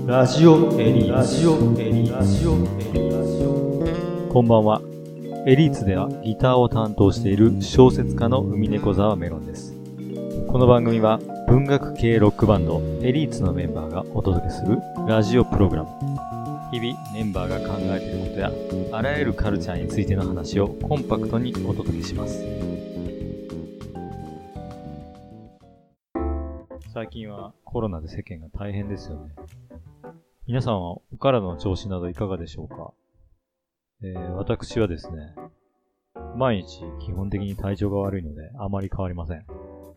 ラジオエリーツ。こんばんは。エリーツではギターを担当している小説家の海猫沢メロンです。この番組は文学系ロックバンドエリーツのメンバーがお届けするラジオプログラム。日々メンバーが考えていることやあらゆるカルチャーについての話をコンパクトにお届けします。最近はコロナで世間が大変ですよね。皆さんはお体の調子などいかがでしょうか？私はですね、毎日基本的に体調が悪いのであまり変わりません。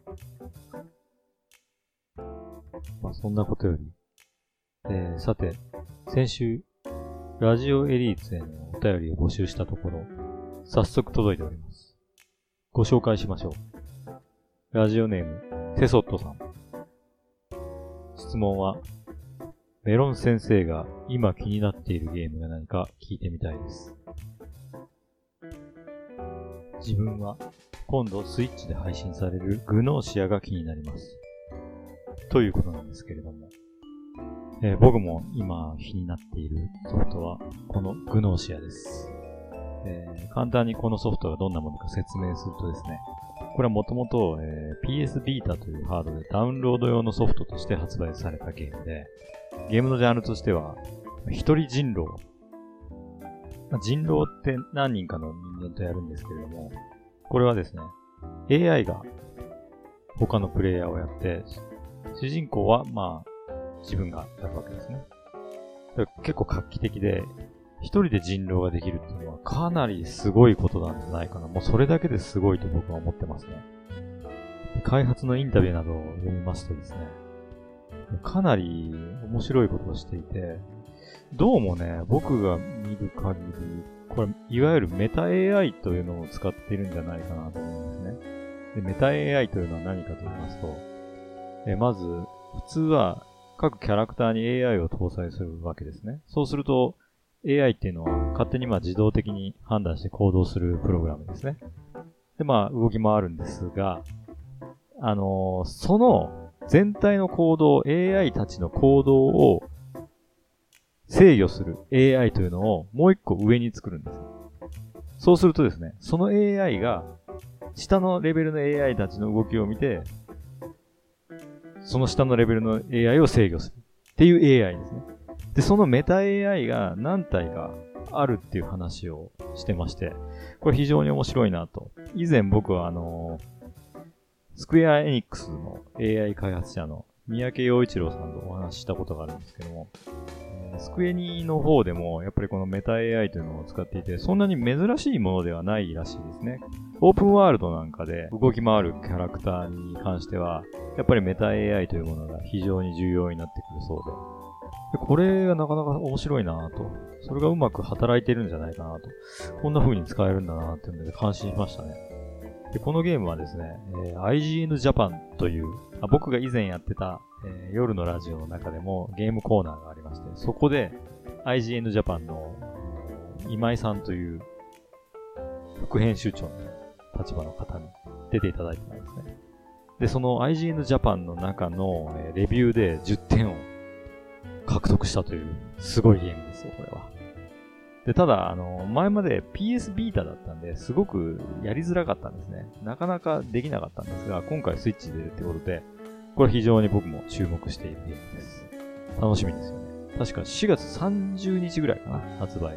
そんなことより、さて、先週、ラジオエリーツへのお便りを募集したところ、早速届いております。ご紹介しましょう。ラジオネーム、テソットさん。質問は、メロン先生が今気になっているゲームが何か聞いてみたいです。自分は今度スイッチで配信されるグノーシアが気になります。ということなんですけれども、僕も今気になっているソフトはこのグノーシアです。簡単にこのソフトがどんなものか説明するとですね、これはもともと PS ビータというハードでダウンロード用のソフトとして発売されたゲームで、ゲームのジャンルとしては一人人狼。人狼って何人かの人間とやるんですけれども、これはですね、AI が他のプレイヤーをやって、主人公は自分がやるわけですね。結構画期的で、一人で人狼ができるっていうのはかなりすごいことなんじゃないかな。もうそれだけですごいと僕は思ってますね。開発のインタビューなどを読みますとですね、かなり面白いことをしていて、どうもね、僕が見る限り、これいわゆるメタ AI というのを使っているんじゃないかなと思うんですね。で、メタ AI というのは何かと言いますと、まず普通は各キャラクターに AI を搭載するわけですね。そうすると AI っていうのは勝手に自動的に判断して行動するプログラムですね。で、動き回るんですが、その全体の行動、AI たちの行動を制御する AI というのをもう一個上に作るんです。そうするとですね、その AI が下のレベルの AI たちの動きを見て、その下のレベルの AI を制御するっていう AI ですね。で、そのメタ AI が何体かあるっていう話をしてまして、これ非常に面白いなと。以前僕はスクエアエニックスの AI 開発者の三宅陽一郎さんとお話ししたことがあるんですけども、スクエニの方でもやっぱりこのメタ AI というのを使っていて、そんなに珍しいものではないらしいですね。オープンワールドなんかで動き回るキャラクターに関しては、やっぱりメタ AI というものが非常に重要になってくるそうで、これがなかなか面白いなぁと。それがうまく働いてるんじゃないかなと。こんな風に使えるんだなぁっていうので感心しましたね。で、このゲームはですね、IGN Japan という、僕が以前やってた、夜のラジオの中でもゲームコーナーがありまして、そこで IGN Japan の今井さんという副編集長の立場の方に出ていただいてたんですね。で、その IGN Japan の中のレビューで10点を獲得したというすごいゲームですよ、これは。で、ただ、前まで PS ビータだったんで、すごくやりづらかったんですね。なかなかできなかったんですが、今回スイッチで出るってことで、これ非常に僕も注目しているゲームです。楽しみですよね。確か4月30日ぐらいかな、発売が。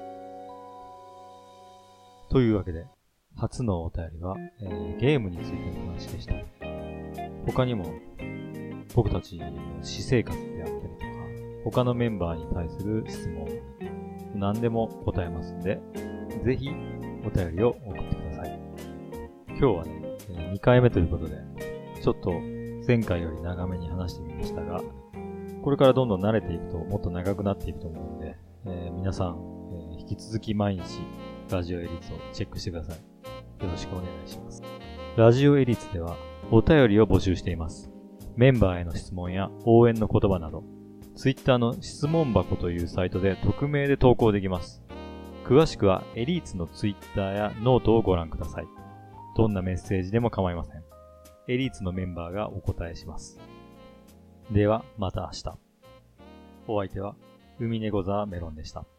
というわけで、初のお便りは、ゲームについての話でした。他にも、僕たちの私生活であったりとか、他のメンバーに対する質問、何でも答えますんで、ぜひお便りを送ってください。今日はね、2回目ということで、ちょっと前回より長めに話してみましたが、これからどんどん慣れていくともっと長くなっていくと思うので、皆さん、引き続き毎日ラジオエリーツをチェックしてください。よろしくお願いします。ラジオエリーツではお便りを募集しています。メンバーへの質問や応援の言葉など、Twitter の質問箱というサイトで匿名で投稿できます。詳しくはエリーツの Twitter やノートをご覧ください。どんなメッセージでも構いません。エリーツのメンバーがお答えします。ではまた明日。 お相手は、海猫座メロンでした。